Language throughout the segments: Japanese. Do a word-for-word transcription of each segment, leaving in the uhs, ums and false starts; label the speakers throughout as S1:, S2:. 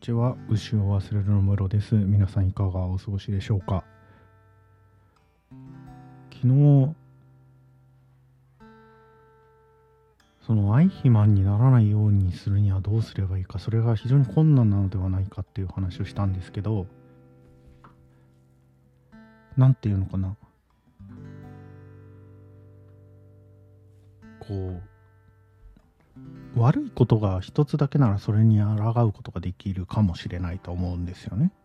S1: ちは。牛を忘れるの室です。皆さんいかがお過ごしでしょうか。昨日、そのアイヒマンにならないようにするにはどうすればいいか、それが非常に困難なのではないかっていう話をしたんですけど、なんていうのかな。こう、悪いことが一つだけならそれに抗うことができるかもしれないと思うんですよね。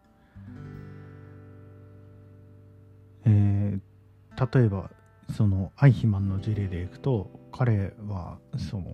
S1: えー、例えばそのアイヒマンの事例でいくと、彼はその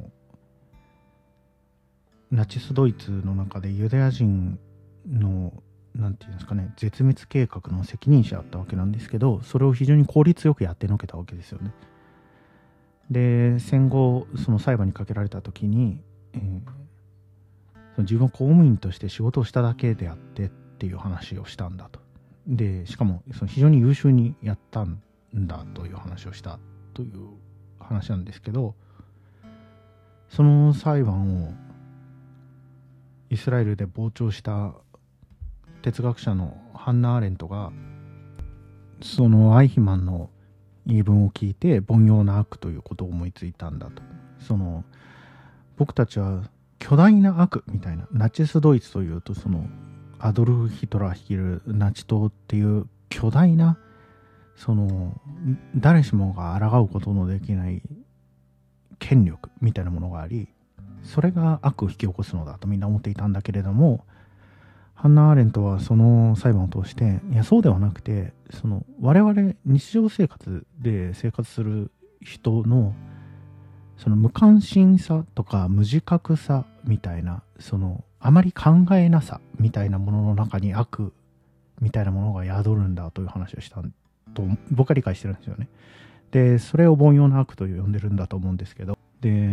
S1: ナチスドイツの中でユダヤ人のなんていうんですかね、絶滅計画の責任者だったわけなんですけど、それを非常に効率よくやってのけたわけですよね。で、戦後その裁判にかけられた時に、えー、その自分は公務員として仕事をしただけであってっていう話をしたんだと。でしかもその非常に優秀にやったんだという話をしたという話なんですけど、その裁判をイスラエルで傍聴した哲学者のハンナ・アーレントが、そのアイヒマンの言い分を聞いて凡庸な悪ということを思いついたんだと。その僕たちは巨大な悪みたいな、ナチスドイツというとそのアドルフ・ヒトラー率いるナチ党っていう巨大な、その誰しもが抗うことのできない権力みたいなものがあり、それが悪を引き起こすのだとみんな思っていたんだけれども、ハンナ・アーレントはその裁判を通して、いやそうではなくて、その我々日常生活で生活する人のその無関心さとか無自覚さみたいな、そのあまり考えなさみたいなものの中に悪みたいなものが宿るんだという話をしたと僕は理解してるんですよね。でそれを凡庸な悪と呼んでるんだと思うんですけど、で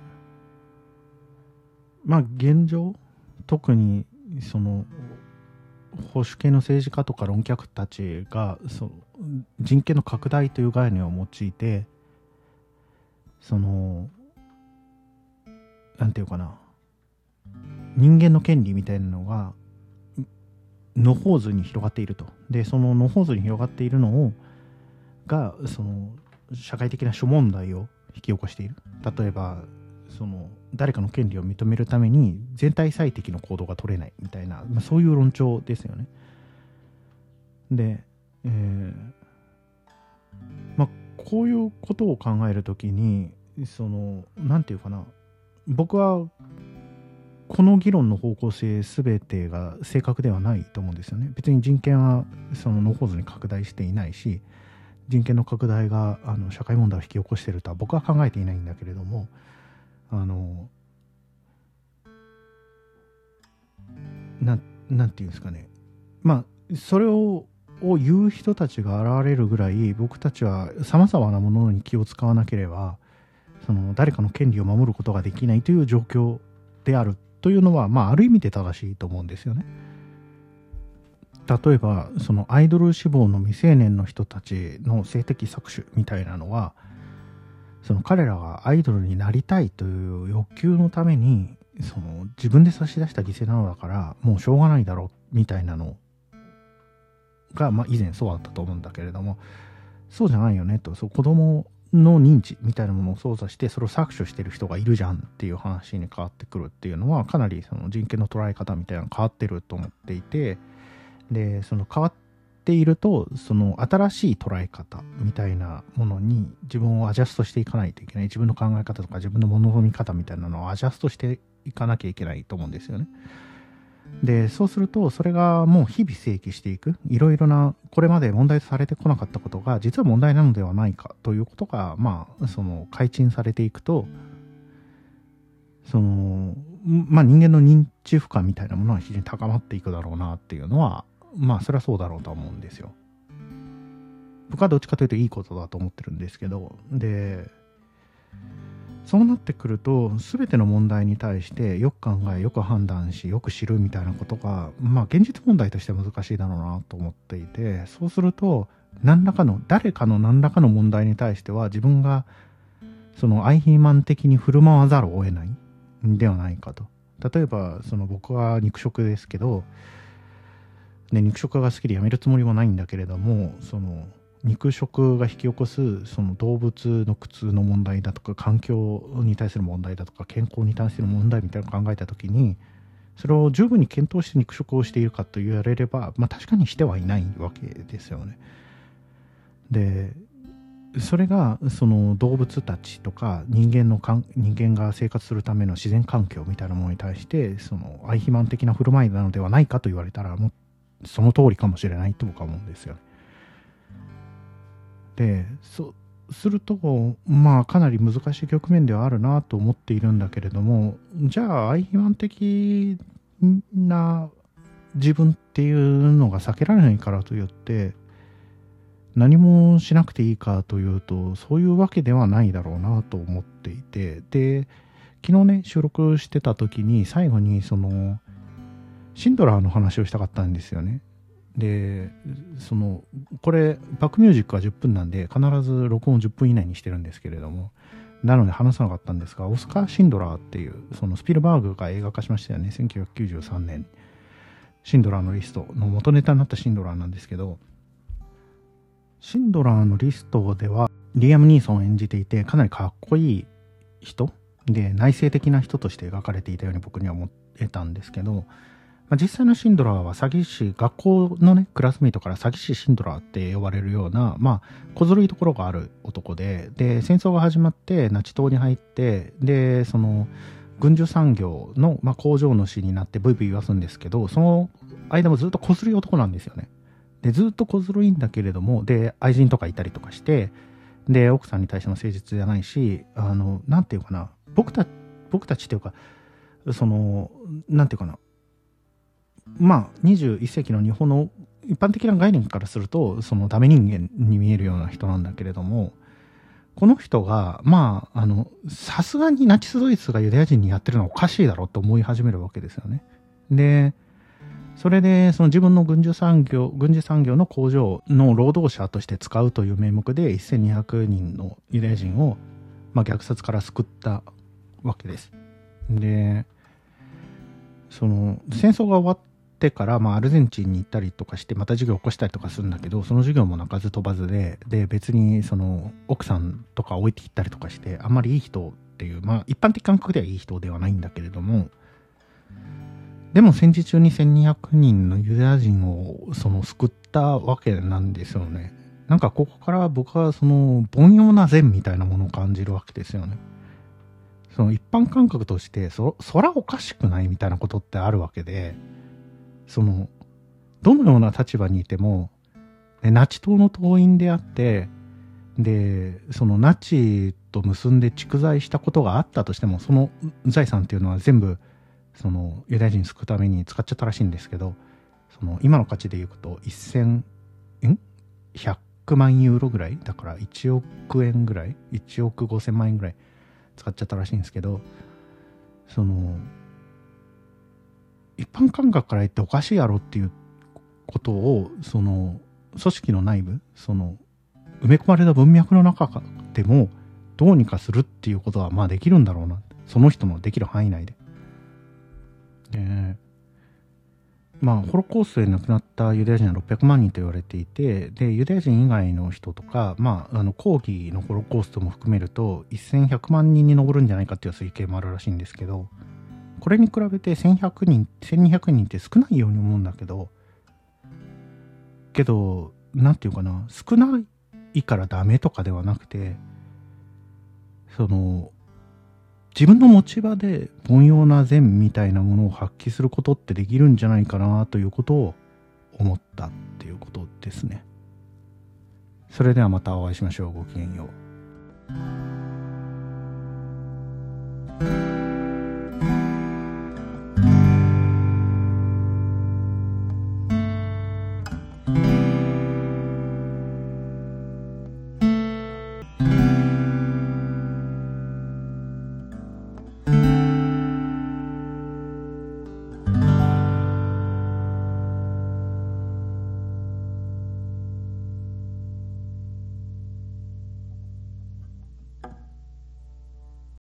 S1: まあ現状特にその保守系の政治家とか論客たちがその人権の拡大という概念を用いて、そのなんていうかな、人間の権利みたいなのが野放図に広がっていると。でその野放図に広がっているのをがその社会的な諸問題を引き起こしている。例えばその誰かの権利を認めるために全体最適の行動が取れないみたいな、まあ、そういう論調ですよね。で、えー、まあこういうことを考えるときに、そのなんていうかな、僕はこの議論の方向性すべてが正確ではないと思うんですよね。別に人権はその野放図に拡大していないし、人権の拡大があの社会問題を引き起こしているとは僕は考えていないんだけれども、あのな, なんていうんですかね、まあそれをを言う人たちが現れるぐらい、僕たちはさまざまなものに気を使わなければその誰かの権利を守ることができないという状況であるというのは、まあある意味で正しいと思うんですよね。例えばそのアイドル志望の未成年の人たちの性的搾取みたいなのは、その彼らがアイドルになりたいという欲求のためにその自分で差し出した犠牲なのだからもうしょうがないだろうみたいなのが、まあ、以前そうだったと思うんだけれども、そうじゃないよねと。そう子供の認知みたいなものを操作してそれを搾取してる人がいるじゃんっていう話に変わってくるっていうのは、かなりその人権の捉え方みたいなのが変わってると思っていて、でその変わっているとその新しい捉え方みたいなものに自分をアジャストしていかないといけない。自分の考え方とか自分の物の見方みたいなのをアジャストしていかなきゃいけないと思うんですよね。でそうするとそれがもう日々整理していく、いろいろなこれまで問題とされてこなかったことが実は問題なのではないかということが、まあその開陳されていくと、そのまあ人間の認知負荷みたいなものは非常に高まっていくだろうなっていうのは、まあそれはそうだろうと思うんですよ。僕はどっちかというといいことだと思ってるんですけど、でそうなってくると全ての問題に対してよく考えよく判断しよく知るみたいなことが、まあ現実問題として難しいだろうなと思っていて、そうすると何らかの誰かの何らかの問題に対しては自分がそのアイヒーマン的に振る舞わざるを得ないんではないかと。 例えばその僕は肉食ですけど、ね、肉食が好きでやめるつもりもないんだけれども、その肉食が引き起こすその動物の苦痛の問題だとか、環境に対する問題だとか、健康に対する問題みたいなのを考えたときに、それを十分に検討して肉食をしているかと言われれば、まあ確かにしてはいないわけですよね。で、それがその動物たちとか人間のかん人間が生活するための自然環境みたいなものに対してその愛肥満的な振る舞いなのではないかと言われたら、もうその通りかもしれないと僕は思うんですよね。で、そうするとまあかなり難しい局面ではあるなと思っているんだけれども、じゃあ愛肥満的な自分っていうのが避けられないからといって何もしなくていいかというと、そういうわけではないだろうなと思っていて、で昨日ね収録してた時に最後にそのシンドラーの話をしたかったんですよね。でそのこれバックミュージックはじゅっぷんなんで必ず録音じゅっぷん以内にしてるんですけれども、なので話さなかったんですが、オスカー・シンドラーっていうそのスピルバーグが映画化しましたよね、せんきゅうひゃくきゅうじゅうさんねん。シンドラーのリストの元ネタになったシンドラーなんですけど、シンドラーのリストではリアム・ニーソンを演じていて、かなりかっこいい人で内省的な人として描かれていたように僕には思えたんですけど、まあ、実際のシンドラーは詐欺師、学校のねクラスメイトから詐欺師シンドラーって呼ばれるような、まあ小ずるいところがある男で、で戦争が始まってナチ党に入って、でその軍需産業の、まあ、工場主になってブイブイ言わすんですけど、その間もずっと小ずるい男なんですよね。でずっと小ずるいんだけれども、で愛人とかいたりとかして、で奥さんに対しても誠実じゃないし、あのなんていうかな、僕た僕たちっていうか、そのなんていうかな、まあにじゅういっ世紀の日本の一般的な概念からするとそのダメ人間に見えるような人なんだけれども、この人がまああのさすがにナチスドイツがユダヤ人にやってるのはおかしいだろうと思い始めるわけですよね。でそれでその自分の軍需産業軍事産業の工場の労働者として使うという名目でせんにひゃくにんのユダヤ人を、まあ、虐殺から救ったわけです。でその戦争が終わってから、まあ、アルゼンチンに行ったりとかしてまた授業を起こしたりとかするんだけど、その授業も鳴かず飛ばずで、で別にその奥さんとか置いていったりとかして、あんまりいい人っていう、まあ一般的感覚ではいい人ではないんだけれども、でも戦時中にせんにひゃくにんのユダヤ人をその救ったわけなんですよね。なんかここから僕はその凡庸な善みたいなものを感じるわけですよね。その一般感覚としてそそらおかしくないみたいなことってあるわけで、そのどのような立場にいてもナチ党の党員であって、でそのナチと結んで蓄財したことがあったとしても、その財産っていうのは全部そのユダヤ人救うために使っちゃったらしいんですけど、その今の価値でいくとせんひゃくまんユーロぐらいだからいちおくえんぐらい、いちおくごせんまんえんぐらい使っちゃったらしいんですけど、その一般感覚から言っておかしいやろっていうことをその組織の内部、その埋め込まれた文脈の中でもどうにかするっていうことはまあできるんだろうな、その人のできる範囲内で。でまあホロコーストで亡くなったユダヤ人はろっぴゃくまんにんと言われていて、でユダヤ人以外の人とか、まああの抗議のホロコーストも含めるとせんひゃくまんにんに上るんじゃないかっていう推計もあるらしいんですけど、これに比べてせんひゃくにんせんにひゃくにんって少ないように思うんだけど、けどなんていうかな、少ないからダメとかではなくて、その自分の持ち場で凡庸な善みたいなものを発揮することってできるんじゃないかなということを思ったっていうことですね。それではまたお会いしましょう。ごきげんよう。